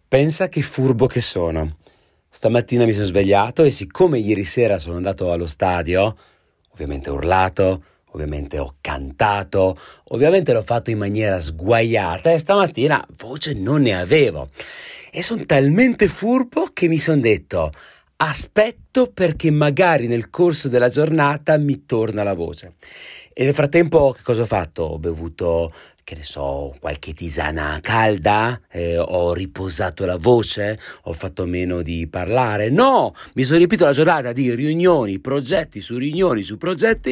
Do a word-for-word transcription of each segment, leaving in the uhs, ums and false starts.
Pensa che furbo che sono. Stamattina mi sono svegliato e siccome ieri sera sono andato allo stadio, ovviamente ho urlato, ovviamente ho cantato, ovviamente l'ho fatto in maniera sguaiata e stamattina voce non ne avevo. E sono talmente furbo che mi sono detto, aspetto perché magari nel corso della giornata mi torna la voce. E nel frattempo che cosa ho fatto? Ho bevuto, che ne so, qualche tisana calda, eh, ho riposato la voce, ho fatto meno di parlare. No, mi sono riempito la giornata di riunioni, progetti su riunioni su progetti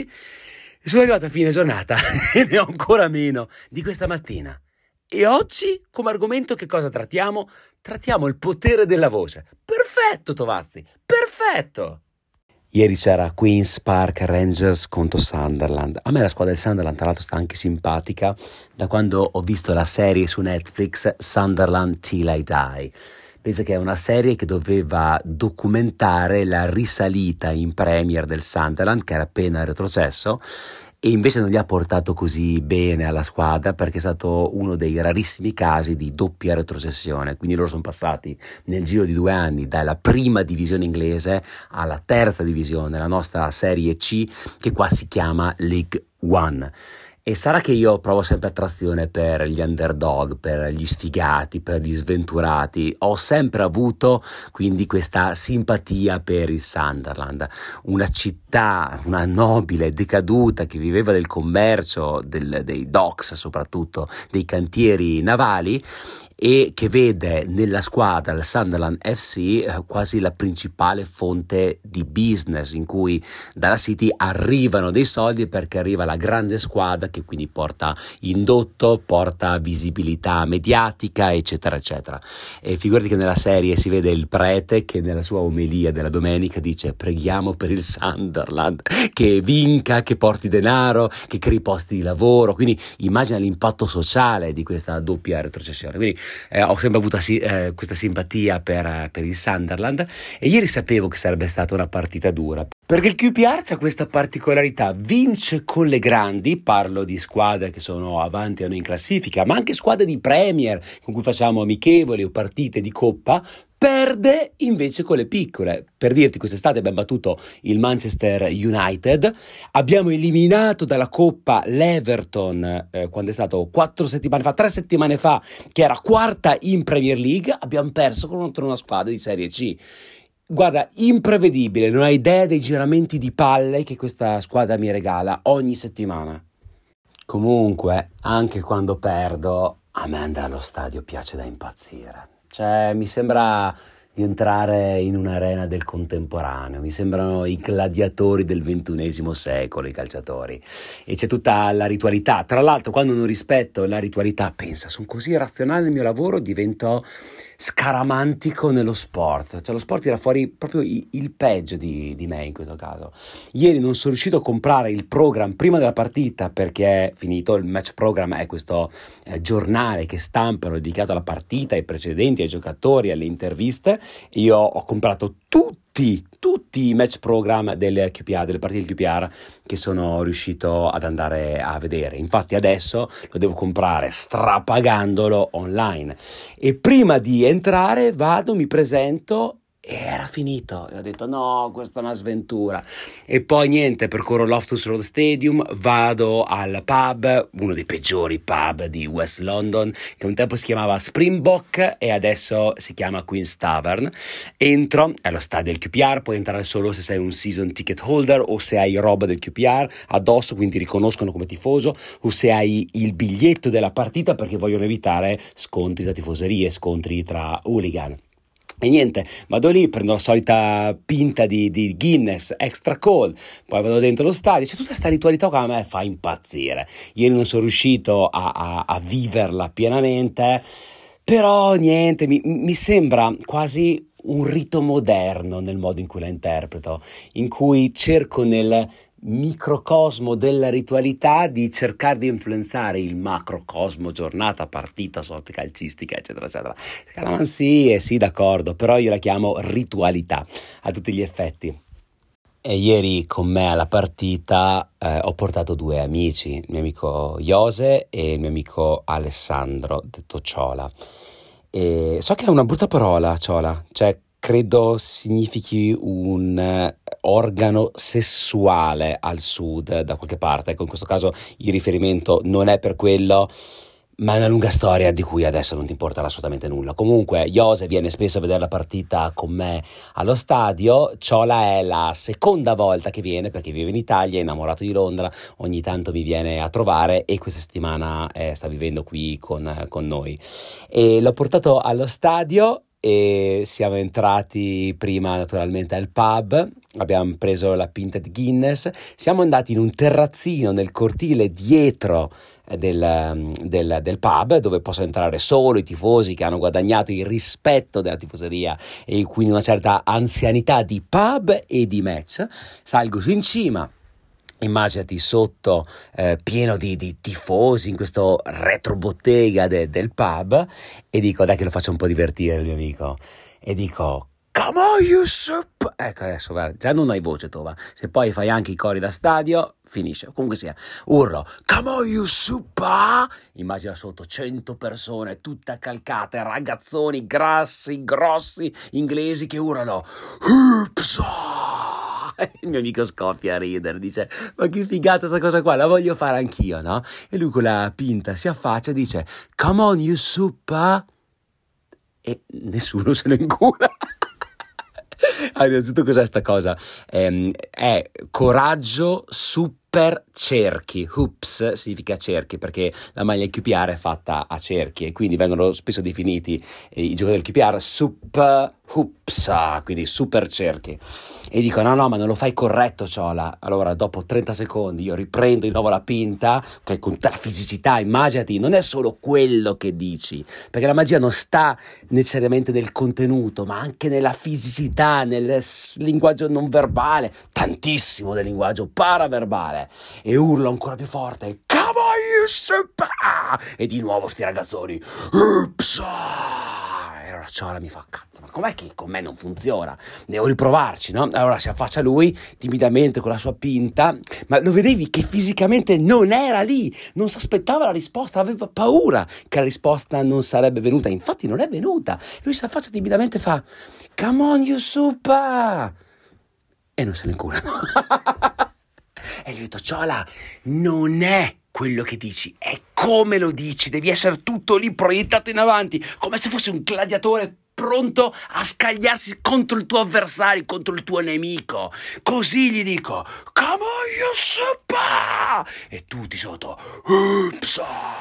e sono arrivato a fine giornata e ne ho ancora meno di questa mattina. E oggi, come argomento, che cosa trattiamo? Trattiamo il potere della voce. Perfetto, Tovazzi, perfetto! Ieri c'era Queen's Park Rangers contro Sunderland. A me la squadra del Sunderland, tra l'altro, sta anche simpatica da quando ho visto la serie su Netflix Sunderland Till I Die. Pensa che è una serie che doveva documentare la risalita in Premier del Sunderland, che era appena retrocesso, e invece non gli ha portato così bene alla squadra perché è stato uno dei rarissimi casi di doppia retrocessione. Quindi loro sono passati nel giro di due anni dalla prima divisione inglese alla terza divisione, la nostra Serie C, che qua si chiama League One. E sarà che io provo sempre attrazione per gli underdog, per gli sfigati, per gli sventurati. Ho sempre avuto quindi questa simpatia per il Sunderland, una città, una nobile, decaduta, che viveva del commercio, del, dei docks soprattutto, dei cantieri navali, e che vede nella squadra, il Sunderland F C, eh, quasi la principale fonte di business, in cui dalla City arrivano dei soldi perché arriva la grande squadra che quindi porta indotto, porta visibilità mediatica, eccetera eccetera. E figurati che nella serie si vede il prete che nella sua omelia della domenica dice: preghiamo per il Sunderland che vinca, che porti denaro, che crei posti di lavoro. Quindi immagina l'impatto sociale di questa doppia retrocessione. Quindi Eh, ho sempre avuto eh, questa simpatia per, per il Sunderland, e ieri sapevo che sarebbe stata una partita dura perché il Q P R c'ha questa particolarità: vince con le grandi, parlo di squadre che sono avanti a noi in classifica, ma anche squadre di Premier con cui facciamo amichevoli o partite di coppa. Perde invece con le piccole. Per dirti, quest'estate abbiamo battuto il Manchester United, abbiamo eliminato dalla Coppa l'Everton eh, quando è stato quattro settimane fa, tre settimane fa, che era quarta in Premier League, abbiamo perso contro una squadra di Serie C. Guarda, imprevedibile, non hai idea dei giramenti di palle che questa squadra mi regala ogni settimana. Comunque, anche quando perdo, a me andare allo stadio piace da impazzire. Cioè, mi sembra di entrare in un'arena del contemporaneo, mi sembrano i gladiatori del ventunesimo secolo, i calciatori, e c'è tutta la ritualità. Tra l'altro, quando non rispetto la ritualità, pensa, sono così razionale nel mio lavoro, divento scaramantico nello sport. Cioè, lo sport era fuori proprio il peggio di, di me in questo caso. Ieri non sono riuscito a comprare il program prima della partita perché è finito. Il match program è questo eh, giornale che stampano dedicato alla partita, ai precedenti, ai giocatori, alle interviste. Io ho comprato tutti tutti i match program del Q P R, delle partite del Q P R, che sono riuscito ad andare a vedere. Infatti adesso lo devo comprare strapagandolo online, e prima di entrare vado, mi presento e era finito, e ho detto no, questa è una sventura. E poi niente, percorro Loftus Road Stadium, vado al pub, uno dei peggiori pub di West London, che un tempo si chiamava Springbok e adesso si chiama Queen's Tavern. Entro, è lo stadio del Q P R, puoi entrare solo se sei un season ticket holder o se hai roba del Q P R addosso, quindi riconoscono come tifoso, o se hai il biglietto della partita, perché vogliono evitare scontri tra tifoserie, scontri tra hooligan. E niente, vado lì, prendo la solita pinta di, di Guinness extra cold, poi vado dentro lo stadio. C'è tutta questa ritualità che a me fa impazzire. Ieri non sono riuscito a, a, a viverla pienamente, però niente, mi, mi sembra quasi un rito moderno nel modo in cui la interpreto, in cui cerco nel microcosmo della ritualità di cercare di influenzare il macrocosmo, giornata, partita, sorte calcistica, eccetera eccetera. Scaramanzie, sì, d'accordo, però io la chiamo ritualità a tutti gli effetti. E ieri con me alla partita eh, ho portato due amici, il mio amico Jose e il mio amico Alessandro, detto Ciola. E so che è una brutta parola, ciola, cioè credo significhi un eh, organo sessuale al sud da qualche parte. Ecco, in questo caso il riferimento non è per quello, ma è una lunga storia di cui adesso non ti importerà assolutamente nulla. Comunque, Jose viene spesso a vedere la partita con me allo stadio. Ciola è la seconda volta che viene perché vive in Italia, è innamorato di Londra, ogni tanto mi viene a trovare e questa settimana eh, sta vivendo qui con, con noi. E l'ho portato allo stadio e siamo entrati prima naturalmente al pub, abbiamo preso la pinta di Guinness, siamo andati in un terrazzino nel cortile dietro del, del, del pub dove possono entrare solo i tifosi che hanno guadagnato il rispetto della tifoseria e quindi una certa anzianità di pub e di match. Salgo su in cima. Immaginati sotto eh, pieno di, di tifosi in questo retrobottega de, del pub e dico dai che lo faccio un po' divertire il mio amico e dico come on Yusuf, ecco adesso guarda già non hai voce Tova, se poi fai anche i cori da stadio finisce. Comunque sia, urlo come on Yusuf, immagina sotto cento persone tutte calcate, ragazzoni grassi grossi inglesi che urlano Upsa. Il mio amico scoppia a ridere, dice ma che figata sta cosa qua, la voglio fare anch'io, no? E lui con la pinta si affaccia e dice come on you suppa e nessuno se ne incula. Allora, innanzitutto cos'è sta cosa? Ehm, è coraggio super cerchi. Hoops significa cerchi perché la maglia Q P R è fatta a cerchi e quindi vengono spesso definiti eh, i giocatori del Q P R super hoops, quindi super cerchi. E dico no no ma non lo fai corretto Ciola. Allora dopo trenta secondi io riprendo di nuovo la pinta che con tutta la fisicità, immaginati, non è solo quello che dici perché la magia non sta necessariamente nel contenuto ma anche nella fisicità, nel linguaggio non verbale, tantissimo del linguaggio paraverbale. E urlo ancora più forte come on you super, e di nuovo sti ragazzoni Ups! E allora Ciola mi fa cazzo ma com'è che con me non funziona, devo riprovarci, no? Allora si affaccia lui timidamente con la sua pinta, ma lo vedevi che fisicamente non era lì, non si aspettava la risposta, aveva paura che la risposta non sarebbe venuta, infatti non è venuta. Lui si affaccia timidamente e fa come on you super e non se ne incurano. E gli ho detto Ciola non è quello che dici, è come lo dici, devi essere tutto lì proiettato in avanti come se fosse un gladiatore pronto a scagliarsi contro il tuo avversario, contro il tuo nemico. Così gli dico come on you super e tutti sotto Ups!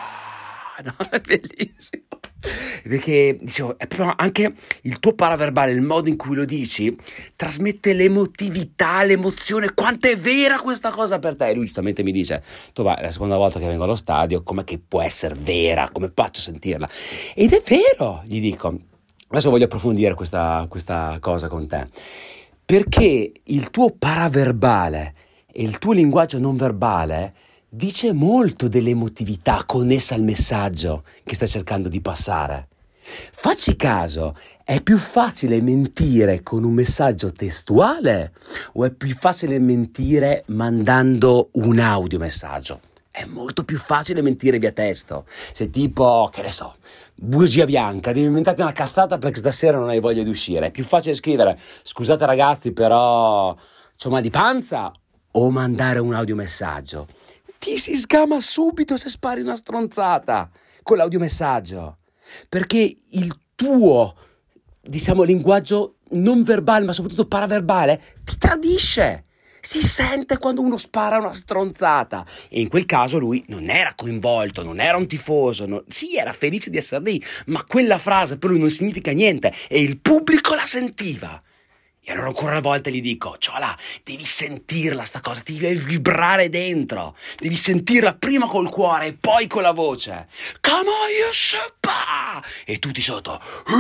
No, è bellissimo perché dicevo è proprio anche il tuo paraverbale, il modo in cui lo dici trasmette l'emotività, l'emozione, quanto è vera questa cosa per te. E lui giustamente mi dice tu vai, è la seconda volta che vengo allo stadio, com'è che può essere vera, come faccio a sentirla? Ed è vero, gli dico. Adesso voglio approfondire questa, questa cosa con te perché il tuo paraverbale e il tuo linguaggio non verbale dice molto dell'emotività connessa al messaggio che stai cercando di passare. Facci caso, è più facile mentire con un messaggio testuale o è più facile mentire mandando un audiomessaggio? È molto più facile mentire via testo. Se tipo, che ne so, bugia bianca, devi inventarti una cazzata perché stasera non hai voglia di uscire. È più facile scrivere scusate ragazzi però c'ho mal di panza o mandare un audiomessaggio. Ti si sgama subito se spari una stronzata con l'audiomessaggio, perché il tuo, diciamo, linguaggio non verbale, ma soprattutto paraverbale, ti tradisce. Si sente quando uno spara una stronzata e in quel caso lui non era coinvolto, non era un tifoso, non... sì era felice di essere lì, ma quella frase per lui non significa niente e il pubblico la sentiva. E allora ancora una volta gli dico Ciola, devi sentirla sta cosa, ti deve vibrare dentro, devi sentirla prima col cuore e poi con la voce. Come on you super! E tutti sotto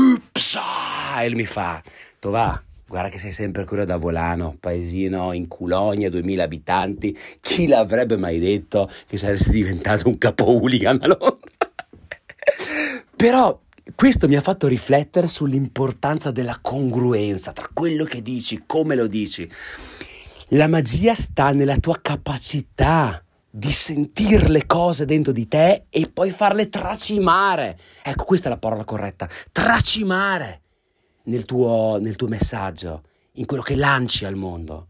Upsa! E lui mi fa tu va, guarda che sei sempre quello da Volano, paesino in Culogna, duemila abitanti, chi l'avrebbe mai detto che saresti diventato un capo hooligan a Londra? Però questo mi ha fatto riflettere sull'importanza della congruenza tra quello che dici, come lo dici. La magia sta nella tua capacità di sentire le cose dentro di te e poi farle tracimare. Ecco, questa è la parola corretta, tracimare nel tuo, nel tuo messaggio, in quello che lanci al mondo.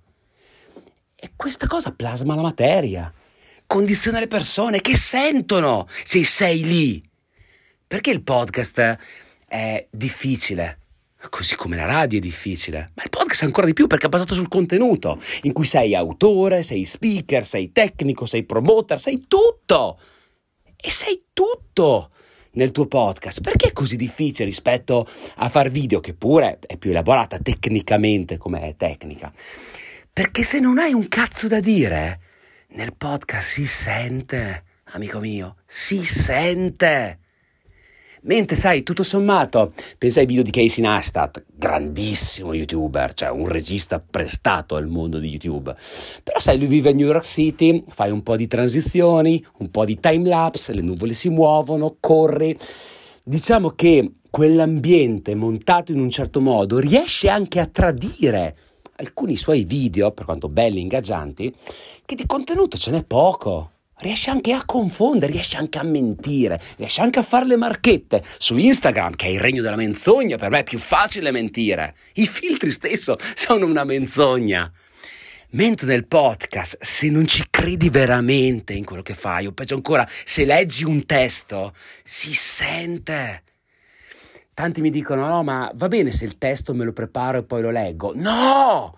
E questa cosa plasma la materia, condiziona le persone che sentono se sei lì. Perché il podcast è difficile? Così come la radio è difficile, ma il podcast è ancora di più perché è basato sul contenuto, in cui sei autore, sei speaker, sei tecnico, sei promoter, sei tutto! E sei tutto nel tuo podcast. Perché è così difficile rispetto a far video, che pure è più elaborata tecnicamente come è tecnica? Perché se non hai un cazzo da dire, nel podcast si sente, amico mio, si sente. Mentre, sai, tutto sommato, pensa ai video di Casey Neistat, grandissimo youtuber, cioè un regista prestato al mondo di YouTube. Però sai, lui vive a New York City, fai un po' di transizioni, un po' di time-lapse, le nuvole si muovono, corri. Diciamo che quell'ambiente montato in un certo modo riesce anche a tradire alcuni suoi video, per quanto belli e ingaggianti, che di contenuto ce n'è poco. Riesce anche a confondere, riesce anche a mentire, riesce anche a fare le marchette. Su Instagram, che è il regno della menzogna, per me è più facile mentire. I filtri stesso sono una menzogna. Mentre nel podcast, se non ci credi veramente in quello che fai, o peggio ancora, se leggi un testo, si sente. Tanti mi dicono, no, ma va bene se il testo me lo preparo e poi lo leggo. No!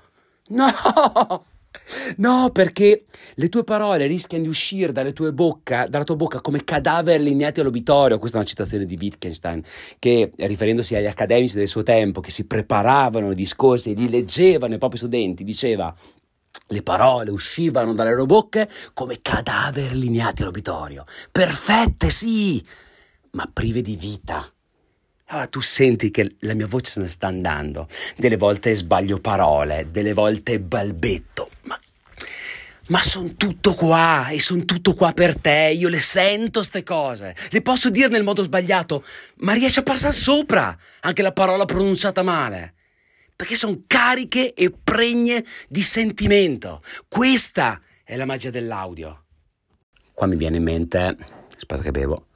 No! No, perché le tue parole rischiano di uscire dalle tue bocca, dalla tua bocca come cadaveri allineati all'obitorio. Questa è una citazione di Wittgenstein, che riferendosi agli accademici del suo tempo che si preparavano i discorsi e li leggevano ai propri studenti, diceva: le parole uscivano dalle loro bocche come cadaveri allineati all'obitorio, perfette sì, ma prive di vita. Allora tu senti che la mia voce se ne sta andando, delle volte sbaglio parole, delle volte balbetto, ma, ma sono tutto qua e sono tutto qua per te, io le sento ste cose, le posso dire nel modo sbagliato, ma riesci a passare sopra anche la parola pronunciata male, perché sono cariche e pregne di sentimento. Questa è la magia dell'audio. Qua mi viene in mente, aspetta che bevo,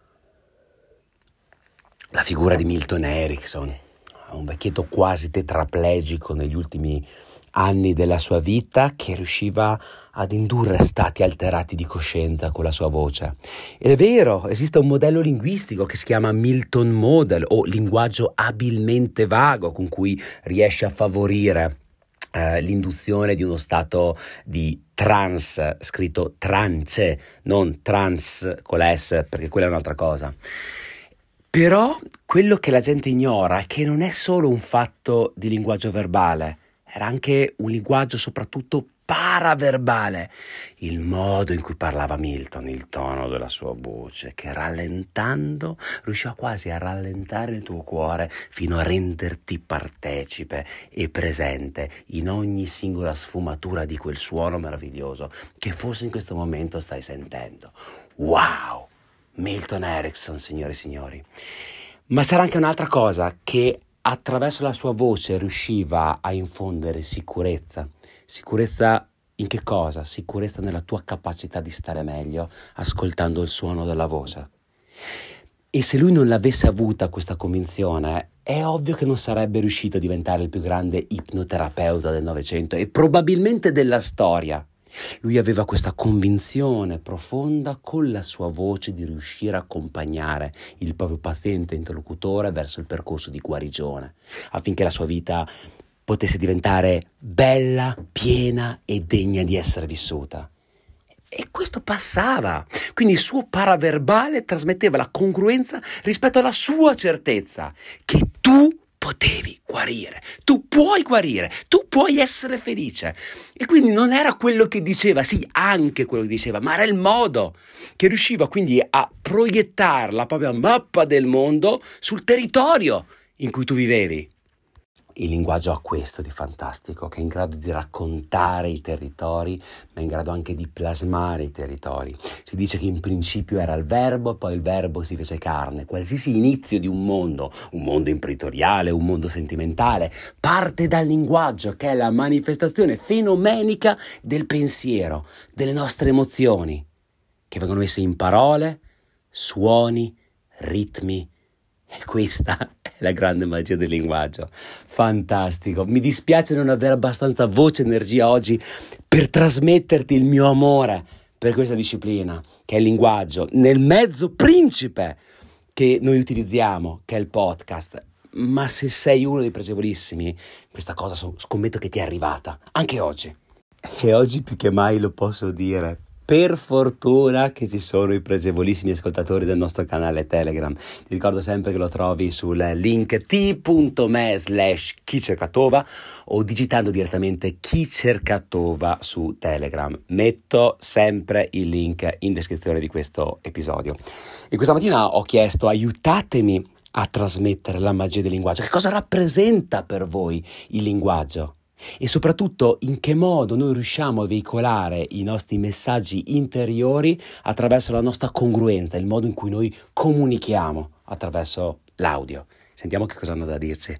la figura di Milton Erickson, un vecchietto quasi tetraplegico negli ultimi anni della sua vita, che riusciva ad indurre stati alterati di coscienza con la sua voce. Ed è vero, esiste un modello linguistico che si chiama Milton Model, o linguaggio abilmente vago, con cui riesce a favorire eh, l'induzione di uno stato di trance, scritto trance, non trans con la S, perché quella è un'altra cosa. Però quello che la gente ignora è che non è solo un fatto di linguaggio verbale, era anche un linguaggio soprattutto paraverbale. Il modo in cui parlava Milton, il tono della sua voce, che rallentando riusciva quasi a rallentare il tuo cuore fino a renderti partecipe e presente in ogni singola sfumatura di quel suono meraviglioso che forse in questo momento stai sentendo. Wow! Milton Erickson, signore e signori. Ma c'era anche un'altra cosa, che attraverso la sua voce riusciva a infondere sicurezza. Sicurezza in che cosa? Sicurezza nella tua capacità di stare meglio ascoltando il suono della voce. E se lui non l'avesse avuta questa convinzione, è ovvio che non sarebbe riuscito a diventare il più grande ipnoterapeuta del Novecento e probabilmente della storia. Lui aveva questa convinzione profonda con la sua voce di riuscire a accompagnare il proprio paziente interlocutore verso il percorso di guarigione, affinché la sua vita potesse diventare bella, piena e degna di essere vissuta. E questo passava, quindi il suo paraverbale trasmetteva la congruenza rispetto alla sua certezza che tu potevi guarire, tu puoi guarire, tu puoi essere felice. E quindi non era quello che diceva, sì, anche quello che diceva, ma era il modo che riusciva quindi a proiettare la propria mappa del mondo sul territorio in cui tu vivevi. Il linguaggio ha questo di fantastico, che è in grado di raccontare i territori, ma è in grado anche di plasmare i territori. Si dice che in principio era il verbo, poi il verbo si fece carne. Qualsiasi inizio di un mondo, un mondo imprenditoriale, un mondo sentimentale, parte dal linguaggio, che è la manifestazione fenomenica del pensiero, delle nostre emozioni. che vengono messe in parole, suoni, ritmi. E questa è la grande magia del linguaggio. Fantastico. Mi dispiace non avere abbastanza voce e energia oggi per trasmetterti il mio amore per questa disciplina, che è il linguaggio, nel mezzo principe che noi utilizziamo, che è il podcast. Ma se sei uno dei pregevolissimi, questa cosa scommetto che ti è arrivata, anche oggi. E oggi più che mai lo posso dire. Per fortuna che ci sono i pregevolissimi ascoltatori del nostro canale Telegram. Ti ricordo sempre che lo trovi sul link t.me slash chicercatova o digitando direttamente chicercatova su Telegram. Metto sempre il link in descrizione di questo episodio. E questa mattina ho chiesto: aiutatemi a trasmettere la magia del linguaggio. Che cosa rappresenta per voi il linguaggio? E soprattutto in che modo noi riusciamo a veicolare i nostri messaggi interiori attraverso la nostra congruenza, il modo in cui noi comunichiamo attraverso l'audio. Sentiamo che cosa hanno da dirci.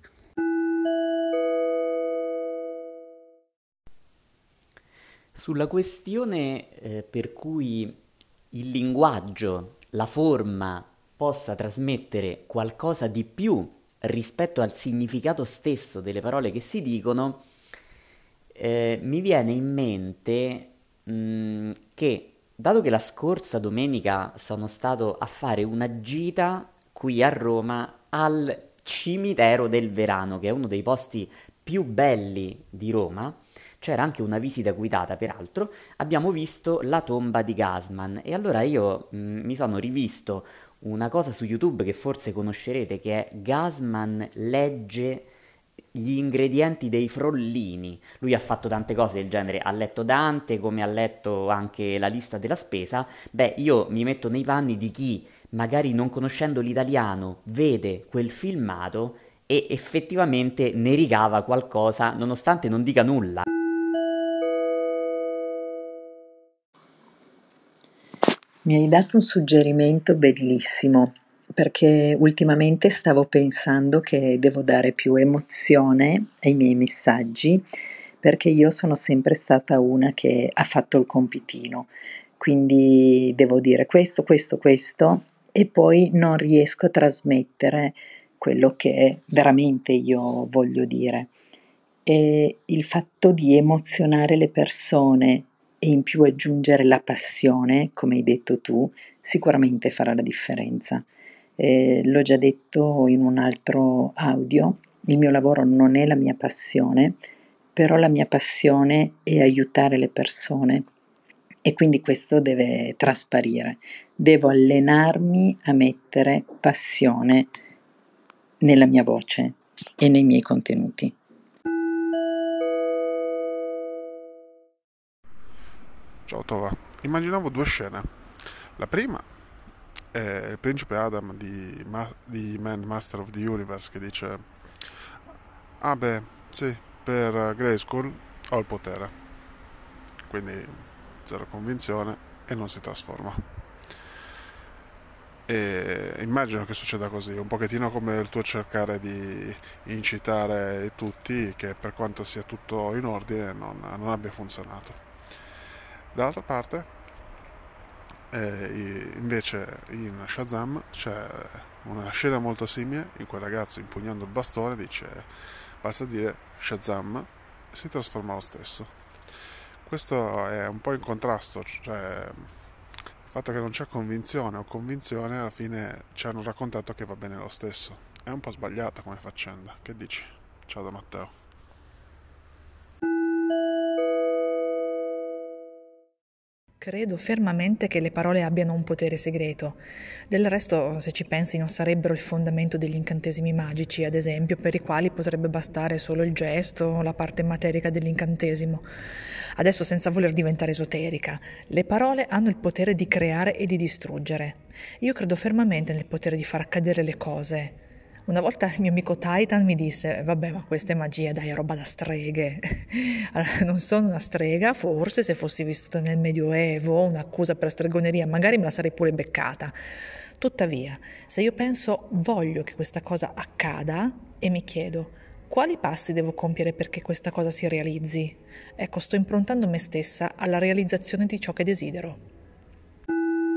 Sulla questione eh, per cui il linguaggio, la forma, possa trasmettere qualcosa di più rispetto al significato stesso delle parole che si dicono, Eh, mi viene in mente mh, che, dato che la scorsa domenica sono stato a fare una gita qui a Roma al cimitero del Verano, che è uno dei posti più belli di Roma, c'era anche una visita guidata peraltro, abbiamo visto la tomba di Gassman e allora io mh, mi sono rivisto una cosa su YouTube che forse conoscerete, che è Gassman legge gli ingredienti dei frollini. Lui ha fatto tante cose del genere, ha letto Dante, come ha letto anche la lista della spesa. Beh, io mi metto nei panni di chi, magari non conoscendo l'italiano, vede quel filmato e effettivamente ne ricava qualcosa, nonostante non dica nulla. Mi hai dato un suggerimento bellissimo, perché ultimamente stavo pensando che devo dare più emozione ai miei messaggi, perché io sono sempre stata una che ha fatto il compitino, quindi devo dire questo, questo, questo, e poi non riesco a trasmettere quello che veramente io voglio dire. E il fatto di emozionare le persone e in più aggiungere la passione, come hai detto tu, sicuramente farà la differenza. Eh, l'ho già detto in un altro audio, il mio lavoro non è la mia passione, però la mia passione è aiutare le persone e quindi questo deve trasparire. Devo allenarmi a mettere passione nella mia voce e nei miei contenuti. Ciao Tova, immaginavo due scene. La prima è il principe Adam di, Ma- di Man Master of the Universe che dice: ah beh, sì, per Grayskull ho il potere. Quindi zero convinzione e non si trasforma. E immagino che succeda così, un pochettino come il tuo cercare di incitare tutti, che per quanto sia tutto in ordine non, non abbia funzionato. Dall'altra parte, eh, invece in Shazam c'è una scena molto simile in cui il ragazzo, impugnando il bastone, dice: basta dire Shazam e si trasforma lo stesso. Questo è un po' in contrasto, cioè il fatto che non c'è convinzione o convinzione, alla fine ci hanno raccontato che va bene lo stesso. È un po' sbagliato come faccenda, che dici? Ciao da Matteo. Credo fermamente che le parole abbiano un potere segreto. Del resto, se ci pensi, non sarebbero il fondamento degli incantesimi magici, ad esempio, per i quali potrebbe bastare solo il gesto o la parte materica dell'incantesimo. Adesso, senza voler diventare esoterica, le parole hanno il potere di creare e di distruggere. Io credo fermamente nel potere di far accadere le cose. Una volta il mio amico Titan mi disse: vabbè, ma questa è magia, dai, è roba da streghe. Allora, non sono una strega, forse se fossi vissuta nel Medioevo, un'accusa per stregoneria, magari me la sarei pure beccata. Tuttavia, se io penso voglio che questa cosa accada e mi chiedo quali passi devo compiere perché questa cosa si realizzi, ecco, sto improntando me stessa alla realizzazione di ciò che desidero.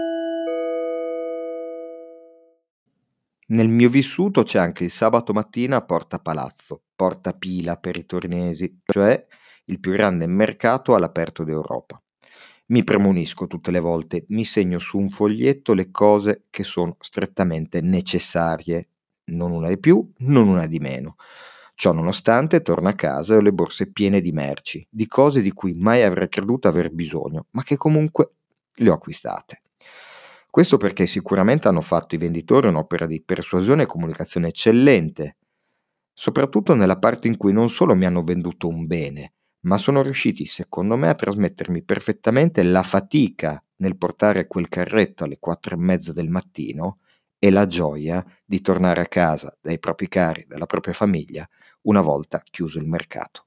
Nel mio vissuto c'è anche il sabato mattina a Porta Palazzo, Porta Pila per i torinesi, cioè il più grande mercato all'aperto d'Europa. Mi premunisco tutte le volte, mi segno su un foglietto le cose che sono strettamente necessarie, non una di più, non una di meno. Ciò nonostante torno a casa e ho le borse piene di merci, di cose di cui mai avrei creduto aver bisogno, ma che comunque le ho acquistate. Questo perché sicuramente hanno fatto i venditori un'opera di persuasione e comunicazione eccellente, soprattutto nella parte in cui non solo mi hanno venduto un bene, ma sono riusciti, secondo me, a trasmettermi perfettamente la fatica nel portare quel carretto alle quattro e mezza del mattino e la gioia di tornare a casa dai propri cari, dalla propria famiglia, una volta chiuso il mercato.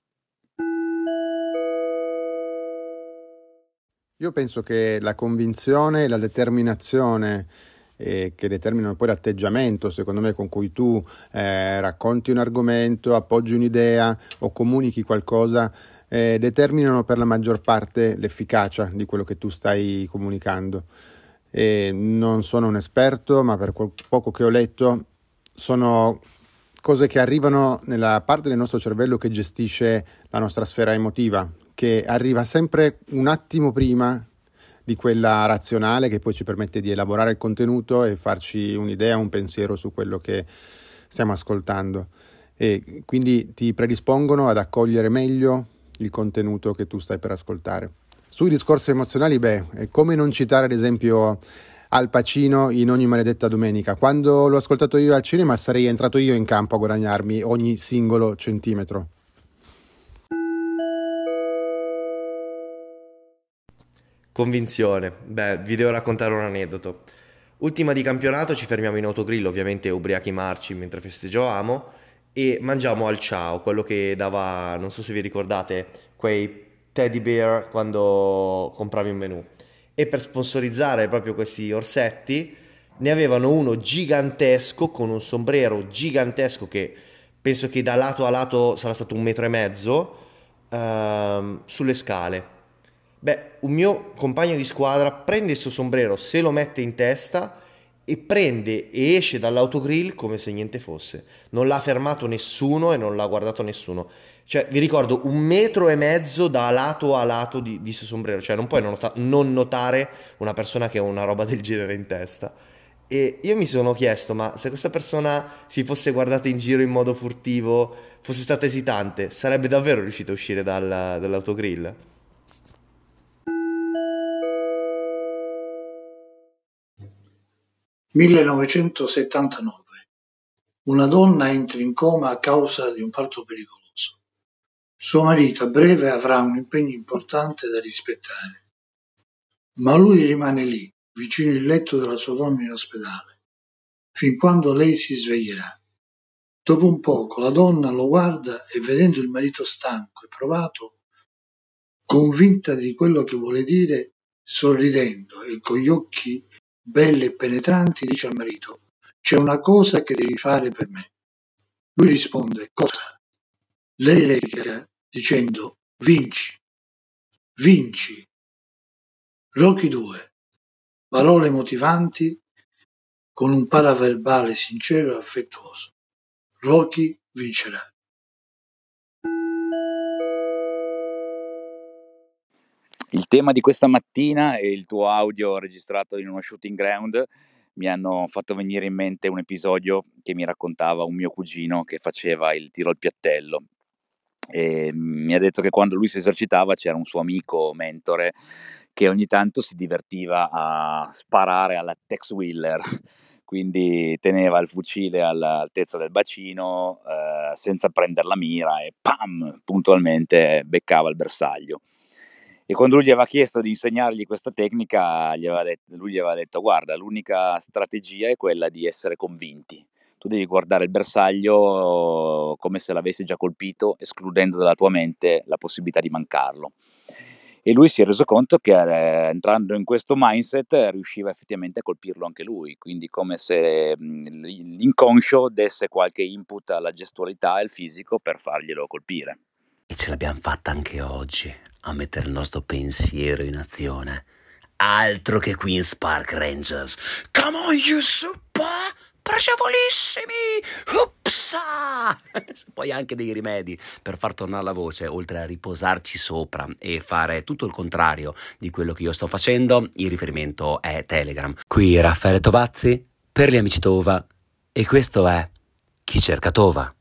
Io penso che la convinzione e la determinazione eh, che determinano poi l'atteggiamento, secondo me, con cui tu eh, racconti un argomento, appoggi un'idea o comunichi qualcosa, eh, determinano per la maggior parte l'efficacia di quello che tu stai comunicando. E non sono un esperto, ma per quel poco che ho letto sono cose che arrivano nella parte del nostro cervello che gestisce la nostra sfera emotiva, che arriva sempre un attimo prima di quella razionale che poi ci permette di elaborare il contenuto e farci un'idea, un pensiero su quello che stiamo ascoltando, e quindi ti predispongono ad accogliere meglio il contenuto che tu stai per ascoltare. Sui discorsi emozionali, beh, è come non citare ad esempio Al Pacino in Ogni maledetta domenica. Quando l'ho ascoltato io al cinema sarei entrato io in campo a guadagnarmi ogni singolo centimetro. Convinzione. Beh, vi devo raccontare un aneddoto. Ultima di campionato, ci fermiamo in autogrill, ovviamente ubriachi marci mentre festeggiavamo, e mangiamo al Ciao, quello che dava, non so se vi ricordate, quei teddy bear quando compravi un menù. E per sponsorizzare proprio questi orsetti ne avevano uno gigantesco con un sombrero gigantesco che penso che da lato a lato sarà stato un metro e mezzo, ehm, sulle scale. Beh, un mio compagno di squadra prende il suo sombrero, se lo mette in testa e prende e esce dall'autogrill come se niente fosse. Non l'ha fermato nessuno e non l'ha guardato nessuno. Cioè, vi ricordo, un metro e mezzo da lato a lato di, di suo sombrero. Cioè, non puoi non, nota- non notare una persona che ha una roba del genere in testa. E io mi sono chiesto, ma se questa persona si fosse guardata in giro in modo furtivo, fosse stata esitante, sarebbe davvero riuscita a uscire dal, dall'autogrill? millenovecentosettantanove. Una donna entra in coma a causa di un parto pericoloso. Suo marito a breve avrà un impegno importante da rispettare, ma lui rimane lì, vicino il letto della sua donna in ospedale, fin quando lei si sveglierà. Dopo un poco la donna lo guarda e, vedendo il marito stanco e provato, convinta di quello che vuole dire, sorridendo e con gli occhi belli e penetranti, dice al marito: «C'è una cosa che devi fare per me». Lui risponde: «Cosa?» Lei replica dicendo: «Vinci, vinci». Rocky due. Parole motivanti con un paraverbale sincero e affettuoso. Rocky vincerà. Il tema di questa mattina e il tuo audio registrato in uno shooting ground mi hanno fatto venire in mente un episodio che mi raccontava un mio cugino che faceva il tiro al piattello. E mi ha detto che quando lui si esercitava c'era un suo amico mentore che ogni tanto si divertiva a sparare alla Tex Willer, quindi teneva il fucile all'altezza del bacino eh, senza prendere la mira e pam, puntualmente beccava il bersaglio. E quando lui gli aveva chiesto di insegnargli questa tecnica, gli aveva detto, lui gli aveva detto: guarda, l'unica strategia è quella di essere convinti. Tu devi guardare il bersaglio come se l'avessi già colpito, escludendo dalla tua mente la possibilità di mancarlo. E lui si è reso conto che eh, entrando in questo mindset riusciva effettivamente a colpirlo anche lui, quindi come se mh, l'inconscio desse qualche input alla gestualità e al fisico per farglielo colpire. E ce l'abbiamo fatta anche oggi a mettere il nostro pensiero in azione. Altro che Queen's Park Rangers. Come on, you super piacevolissimi, upsa! Poi anche dei rimedi per far tornare la voce, oltre a riposarci sopra e fare tutto il contrario di quello che io sto facendo. Il riferimento è Telegram. Qui Raffaele Tovazzi per gli amici Tova, e questo è Chi cerca Tova.